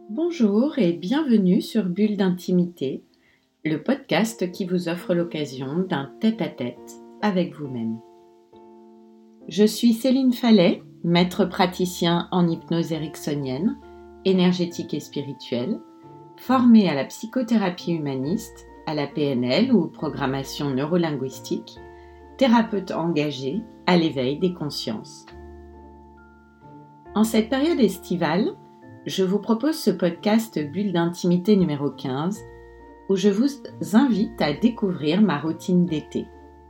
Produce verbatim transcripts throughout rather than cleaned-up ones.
Bonjour et bienvenue sur Bulle d'intimité, le podcast qui vous offre l'occasion d'un tête-à-tête avec vous-même. Je suis Céline Fallet, maître praticien en hypnose ericksonienne, énergétique et spirituelle, formée à la psychothérapie humaniste, à la P N L ou programmation neurolinguistique, thérapeute engagée à l'éveil des consciences. En cette période estivale, je vous propose ce podcast Bulle d'intimité numéro quinze où je vous invite à découvrir ma routine d'été.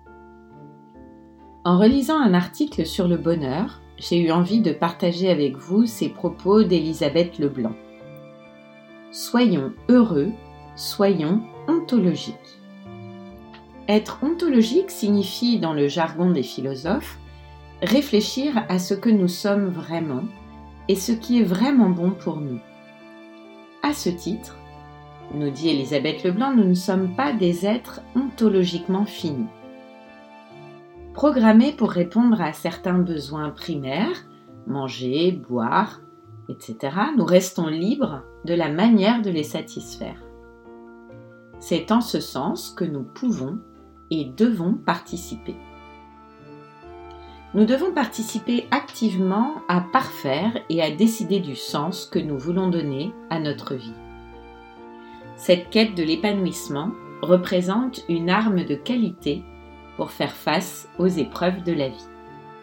En relisant un article sur le bonheur, j'ai eu envie de partager avec vous ces propos d'Elisabeth Leblanc. Soyons heureux, soyons ontologiques. Être ontologique signifie, dans le jargon des philosophes, réfléchir à ce que nous sommes vraiment et ce qui est vraiment bon pour nous. À ce titre, nous dit Elisabeth Leblanc, nous ne sommes pas des êtres ontologiquement finis. Programmés pour répondre à certains besoins primaires, manger, boire, et cetera, nous restons libres de la manière de les satisfaire. C'est en ce sens que nous pouvons et devons participer. Nous devons participer activement à parfaire et à décider du sens que nous voulons donner à notre vie. Cette quête de l'épanouissement représente une arme de qualité pour faire face aux épreuves de la vie.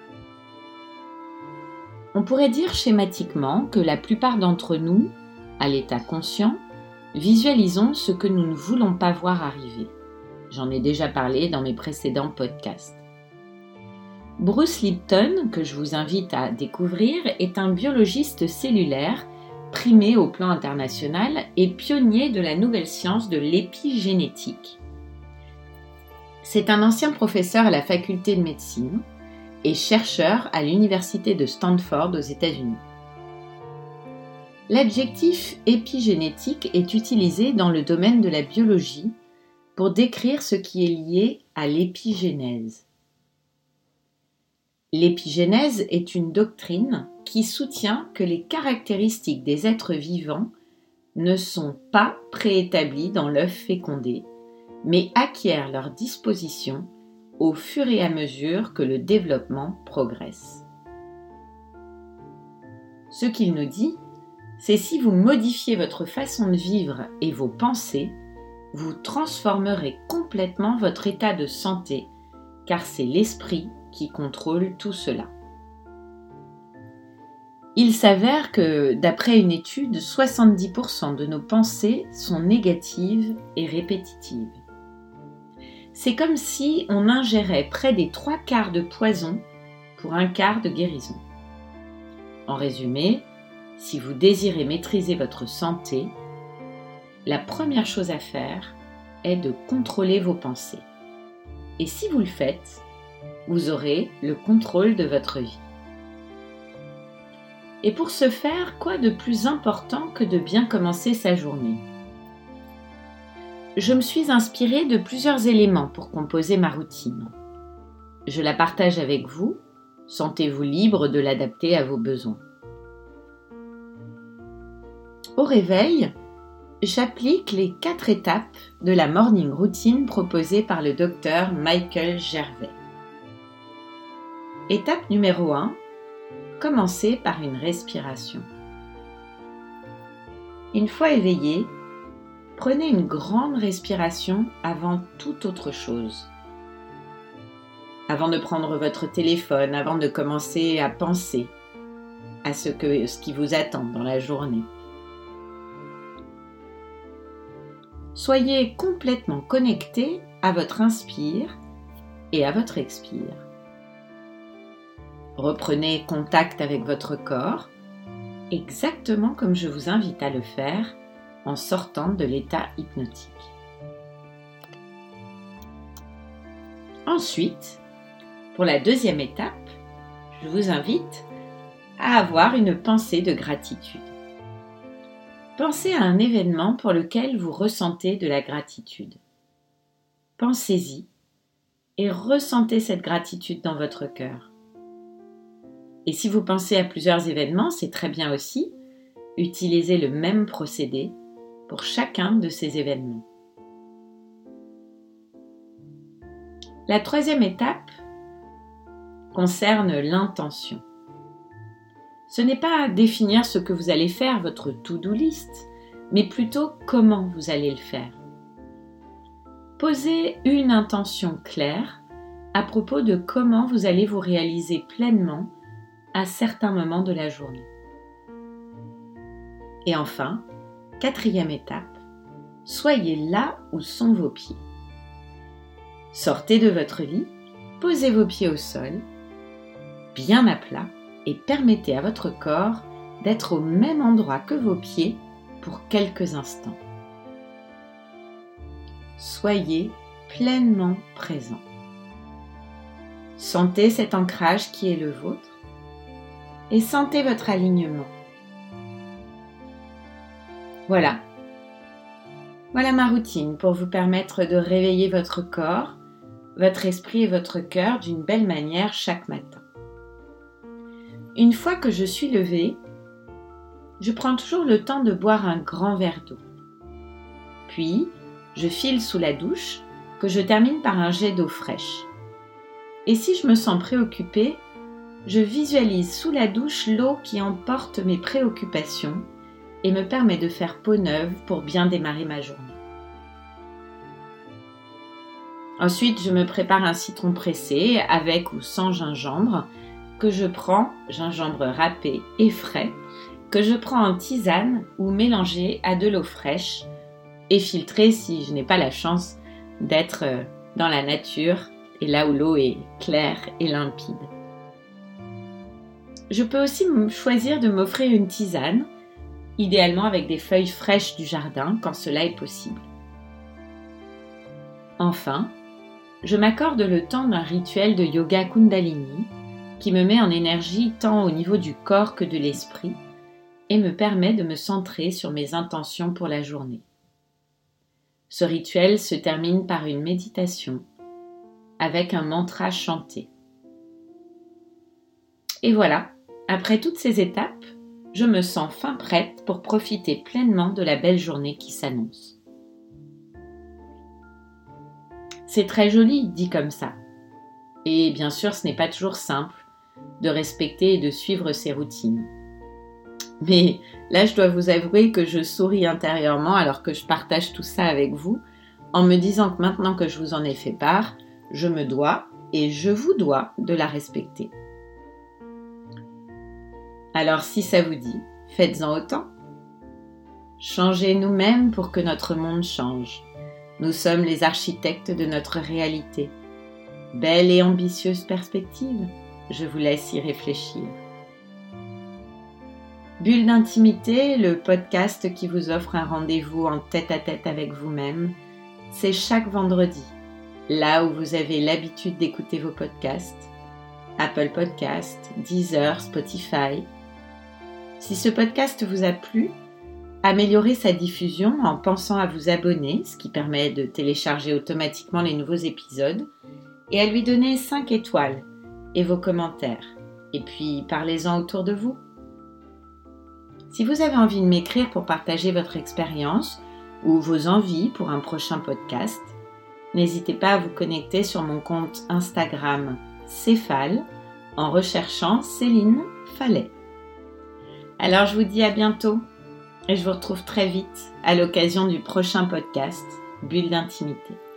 On pourrait dire schématiquement que la plupart d'entre nous, à l'état conscient, visualisons ce que nous ne voulons pas voir arriver. J'en ai déjà parlé dans mes précédents podcasts. Bruce Lipton, que je vous invite à découvrir, est un biologiste cellulaire primé au plan international et pionnier de la nouvelle science de l'épigénétique. C'est un ancien professeur à la faculté de médecine et chercheur à l'université de Stanford aux États-Unis. L'adjectif épigénétique est utilisé dans le domaine de la biologie pour décrire ce qui est lié à l'épigénèse. L'épigénèse est une doctrine qui soutient que les caractéristiques des êtres vivants ne sont pas préétablies dans l'œuf fécondé, mais acquièrent leur disposition au fur et à mesure que le développement progresse. Ce qu'il nous dit, c'est si vous modifiez votre façon de vivre et vos pensées, vous transformerez complètement votre état de santé, car c'est l'esprit qui contrôle tout cela. Il s'avère que, d'après une étude, soixante-dix pour cent de nos pensées sont négatives et répétitives. C'est comme si on ingérait près des trois quarts de poison pour un quart de guérison. En résumé, si vous désirez maîtriser votre santé, la première chose à faire est de contrôler vos pensées. Et si vous le faites, vous aurez le contrôle de votre vie. Et pour ce faire, quoi de plus important que de bien commencer sa journée ? Je me suis inspirée de plusieurs éléments pour composer ma routine. Je la partage avec vous, sentez-vous libre de l'adapter à vos besoins. Au réveil, j'applique les quatre étapes de la morning routine proposée par le docteur Michael Gervais. Étape numéro un, commencez par une respiration. Une fois éveillé, prenez une grande respiration avant toute autre chose. Avant de prendre votre téléphone, avant de commencer à penser à ce, que, ce qui vous attend dans la journée. Soyez complètement connecté à votre inspire et à votre expire. Reprenez contact avec votre corps, exactement comme je vous invite à le faire en sortant de l'état hypnotique. Ensuite, pour la deuxième étape, je vous invite à avoir une pensée de gratitude. Pensez à un événement pour lequel vous ressentez de la gratitude. Pensez-y et ressentez cette gratitude dans votre cœur. Et si vous pensez à plusieurs événements, c'est très bien aussi, utilisez le même procédé pour chacun de ces événements. La troisième étape concerne l'intention. Ce n'est pas définir ce que vous allez faire, votre to-do list, mais plutôt comment vous allez le faire. Posez une intention claire à propos de comment vous allez vous réaliser pleinement à certains moments de la journée. Et enfin, quatrième étape, soyez là où sont vos pieds. Sortez de votre lit, posez vos pieds au sol, bien à plat, et permettez à votre corps d'être au même endroit que vos pieds pour quelques instants. Soyez pleinement présent. Sentez cet ancrage qui est le vôtre et sentez votre alignement. Voilà. Voilà ma routine pour vous permettre de réveiller votre corps, votre esprit et votre cœur d'une belle manière chaque matin. Une fois que je suis levée, je prends toujours le temps de boire un grand verre d'eau. Puis, je file sous la douche, que je termine par un jet d'eau fraîche. Et si je me sens préoccupée, je visualise sous la douche l'eau qui emporte mes préoccupations et me permet de faire peau neuve pour bien démarrer ma journée. Ensuite, je me prépare un citron pressé avec ou sans gingembre que je prends, gingembre râpé et frais, que je prends en tisane ou mélangé à de l'eau fraîche et filtrée si je n'ai pas la chance d'être dans la nature et là où l'eau est claire et limpide. Je peux aussi choisir de m'offrir une tisane, idéalement avec des feuilles fraîches du jardin quand cela est possible. Enfin, je m'accorde le temps d'un rituel de yoga Kundalini qui me met en énergie tant au niveau du corps que de l'esprit et me permet de me centrer sur mes intentions pour la journée. Ce rituel se termine par une méditation avec un mantra chanté. Et voilà, après toutes ces étapes, je me sens fin prête pour profiter pleinement de la belle journée qui s'annonce. C'est très joli, dit comme ça. Et bien sûr, ce n'est pas toujours simple de respecter et de suivre ces routines. Mais là, je dois vous avouer que je souris intérieurement alors que je partage tout ça avec vous, en me disant que maintenant que je vous en ai fait part, je me dois et je vous dois de la respecter. Alors si ça vous dit, faites-en autant. Changez nous-mêmes pour que notre monde change. Nous sommes les architectes de notre réalité. Belle et ambitieuse perspective, je vous laisse y réfléchir. Bulle d'intimité, le podcast qui vous offre un rendez-vous en tête-à-tête avec vous-même, c'est chaque vendredi, là où vous avez l'habitude d'écouter vos podcasts, Apple Podcasts, Deezer, Spotify. Si ce podcast vous a plu, améliorez sa diffusion en pensant à vous abonner, ce qui permet de télécharger automatiquement les nouveaux épisodes, et à lui donner cinq étoiles et vos commentaires. Et puis, parlez-en autour de vous. Si vous avez envie de m'écrire pour partager votre expérience ou vos envies pour un prochain podcast, n'hésitez pas à vous connecter sur mon compte Instagram Céphale en recherchant Céline Fallet. Alors je vous dis à bientôt et je vous retrouve très vite à l'occasion du prochain podcast Bulle d'intimité.